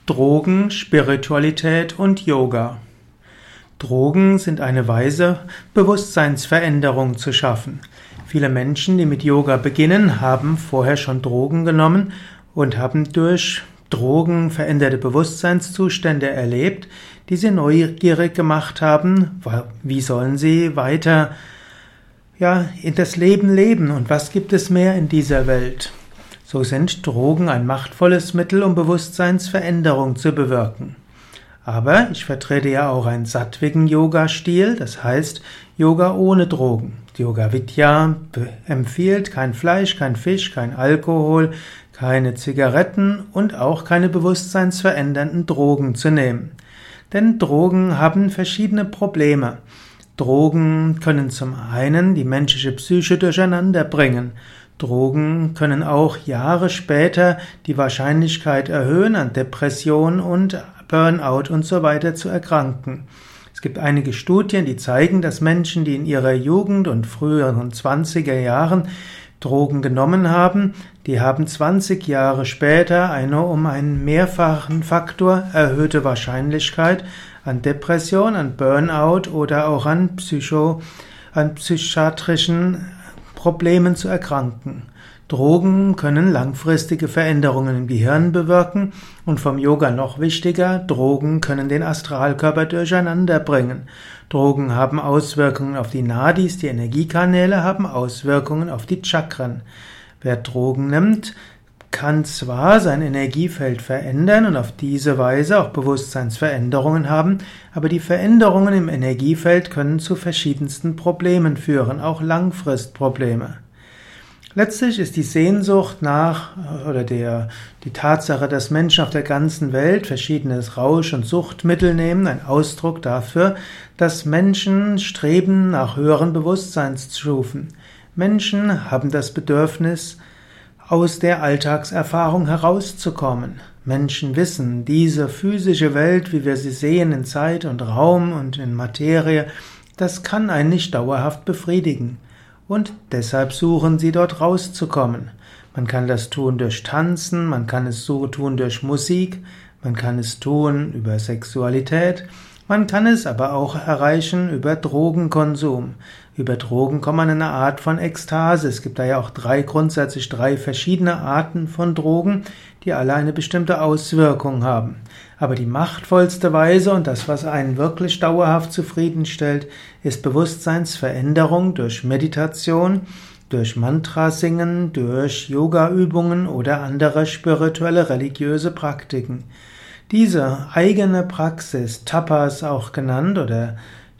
Drogen, Spiritualität und Yoga. Drogen sind eine Weise, Bewusstseinsveränderung zu schaffen. Viele Menschen, die mit Yoga beginnen, haben vorher schon Drogen genommen und haben durch Drogen veränderte Bewusstseinszustände erlebt, die sie neugierig gemacht haben. Wie sollen sie weiter, in das Leben leben und was gibt es mehr in dieser Welt? So sind Drogen ein machtvolles Mittel, um Bewusstseinsveränderung zu bewirken. Aber ich vertrete ja auch einen sattwigen Yoga-Stil, das heißt Yoga ohne Drogen. Yoga Vidya empfiehlt kein Fleisch, kein Fisch, kein Alkohol, keine Zigaretten und auch keine bewusstseinsverändernden Drogen zu nehmen. Denn Drogen haben verschiedene Probleme. Drogen können zum einen die menschliche Psyche durcheinander bringen. Drogen können auch Jahre später die Wahrscheinlichkeit erhöhen, an Depression und Burnout und so weiter zu erkranken. Es gibt einige Studien, die zeigen, dass Menschen, die in ihrer Jugend und früheren 20er Jahren Drogen genommen haben, die haben 20 Jahre später eine um einen mehrfachen Faktor erhöhte Wahrscheinlichkeit an Depression, an Burnout oder auch an psychiatrischen Problemen zu erkranken. Drogen können langfristige Veränderungen im Gehirn bewirken und vom Yoga noch wichtiger, Drogen können den Astralkörper durcheinander bringen. Drogen haben Auswirkungen auf die Nadis, die Energiekanäle haben Auswirkungen auf die Chakren. Wer Drogen nimmt, kann zwar sein Energiefeld verändern und auf diese Weise auch Bewusstseinsveränderungen haben, aber die Veränderungen im Energiefeld können zu verschiedensten Problemen führen, auch Langfristprobleme. Letztlich ist die Sehnsucht die Tatsache, dass Menschen auf der ganzen Welt verschiedene Rausch- und Suchtmittel nehmen, ein Ausdruck dafür, dass Menschen streben nach höheren Bewusstseinsstufen. Menschen haben das Bedürfnis, aus der Alltagserfahrung herauszukommen. Menschen wissen, diese physische Welt, wie wir sie sehen in Zeit und Raum und in Materie, das kann einen nicht dauerhaft befriedigen. Und deshalb suchen sie dort rauszukommen. Man kann das tun durch Tanzen, man kann es so tun durch Musik, man kann es tun über Sexualität, man kann es aber auch erreichen über Drogenkonsum. Über Drogen kommt man in eine Art von Ekstase. Es gibt da ja auch grundsätzlich drei verschiedene Arten von Drogen, die alle eine bestimmte Auswirkung haben. Aber die machtvollste Weise und das, was einen wirklich dauerhaft zufriedenstellt, ist Bewusstseinsveränderung durch Meditation, durch Mantrasingen, durch Yogaübungen oder andere spirituelle, religiöse Praktiken. Diese eigene Praxis, Tapas auch genannt oder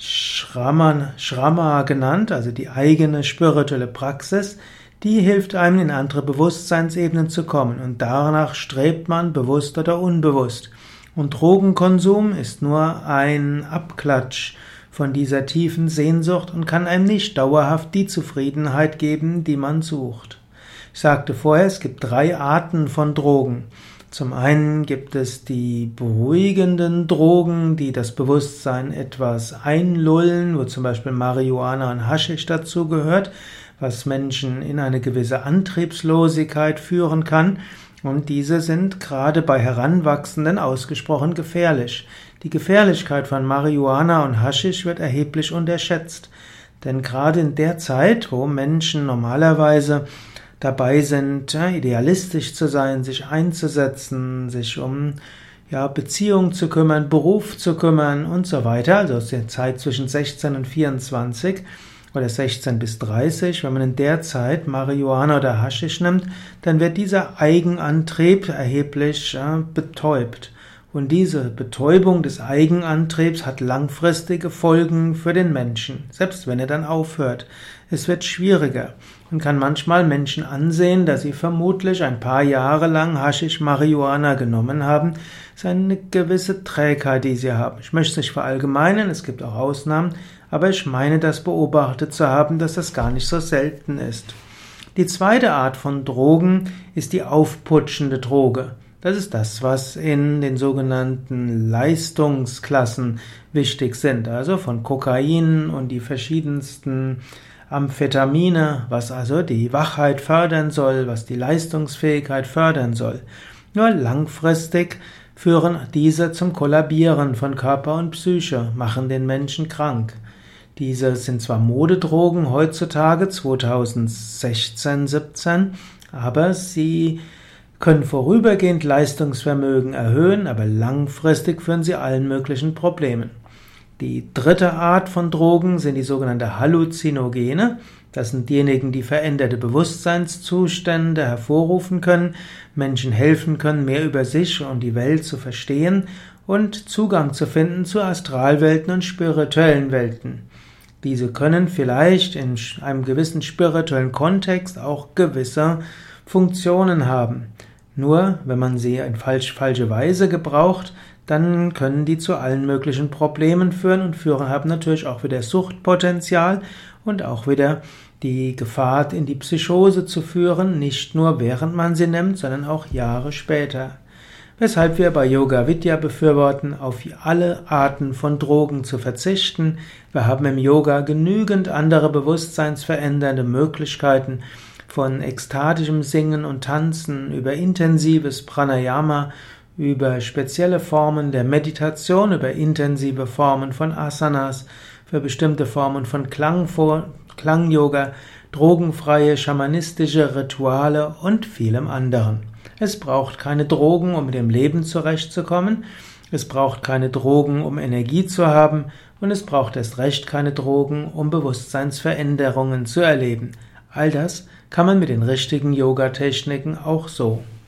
Shrama genannt, also die eigene spirituelle Praxis, die hilft einem in andere Bewusstseinsebenen zu kommen und danach strebt man bewusst oder unbewusst. Und Drogenkonsum ist nur ein Abklatsch von dieser tiefen Sehnsucht und kann einem nicht dauerhaft die Zufriedenheit geben, die man sucht. Ich sagte vorher, es gibt drei Arten von Drogen. Zum einen gibt es die beruhigenden Drogen, die das Bewusstsein etwas einlullen, wo zum Beispiel Marihuana und Haschisch dazu gehört, was Menschen in eine gewisse Antriebslosigkeit führen kann. Und diese sind gerade bei Heranwachsenden ausgesprochen gefährlich. Die Gefährlichkeit von Marihuana und Haschisch wird erheblich unterschätzt. Denn gerade in der Zeit, wo Menschen normalerweise dabei sind, idealistisch zu sein, sich einzusetzen, sich um Beziehung zu kümmern, Beruf zu kümmern und so weiter, also aus der Zeit zwischen 16 und 24 oder 16 bis 30, wenn man in der Zeit Marihuana oder Haschisch nimmt, dann wird dieser Eigenantrieb erheblich betäubt. Und diese Betäubung des Eigenantriebs hat langfristige Folgen für den Menschen, selbst wenn er dann aufhört. Es wird schwieriger und kann manchmal Menschen ansehen, dass sie vermutlich ein paar Jahre lang Haschisch Marihuana genommen haben. Es ist eine gewisse Trägheit, die sie haben. Ich möchte es nicht verallgemeinern, es gibt auch Ausnahmen, aber ich meine, das beobachtet zu haben, dass das gar nicht so selten ist. Die zweite Art von Drogen ist die aufputschende Droge. Das ist das, was in den sogenannten Leistungsklassen wichtig sind, also von Kokain und die verschiedensten Amphetamine, was also die Wachheit fördern soll, was die Leistungsfähigkeit fördern soll. Nur langfristig führen diese zum Kollabieren von Körper und Psyche, machen den Menschen krank. Diese sind zwar Modedrogen heutzutage, 2016, 17, aber sie können vorübergehend Leistungsvermögen erhöhen, aber langfristig führen sie allen möglichen Problemen. Die dritte Art von Drogen sind die sogenannten Halluzinogene. Das sind diejenigen, die veränderte Bewusstseinszustände hervorrufen können, Menschen helfen können, mehr über sich und die Welt zu verstehen und Zugang zu finden zu Astralwelten und spirituellen Welten. Diese können vielleicht in einem gewissen spirituellen Kontext auch gewisse Funktionen haben. Nur, wenn man sie in falsche Weise gebraucht, dann können die zu allen möglichen Problemen führen und haben natürlich auch wieder Suchtpotenzial und auch wieder die Gefahr, in die Psychose zu führen, nicht nur während man sie nimmt, sondern auch Jahre später. Weshalb wir bei Yoga Vidya befürworten, auf alle Arten von Drogen zu verzichten. Wir haben im Yoga genügend andere bewusstseinsverändernde Möglichkeiten, von ekstatischem Singen und Tanzen über intensives Pranayama, über spezielle Formen der Meditation, über intensive Formen von Asanas, für bestimmte Formen von Klang-Yoga, drogenfreie schamanistische Rituale und vielem anderen. Es braucht keine Drogen, um mit dem Leben zurechtzukommen. Es braucht keine Drogen, um Energie zu haben. Und es braucht erst recht keine Drogen, um Bewusstseinsveränderungen zu erleben. All das kann man mit den richtigen Yoga-Techniken auch so.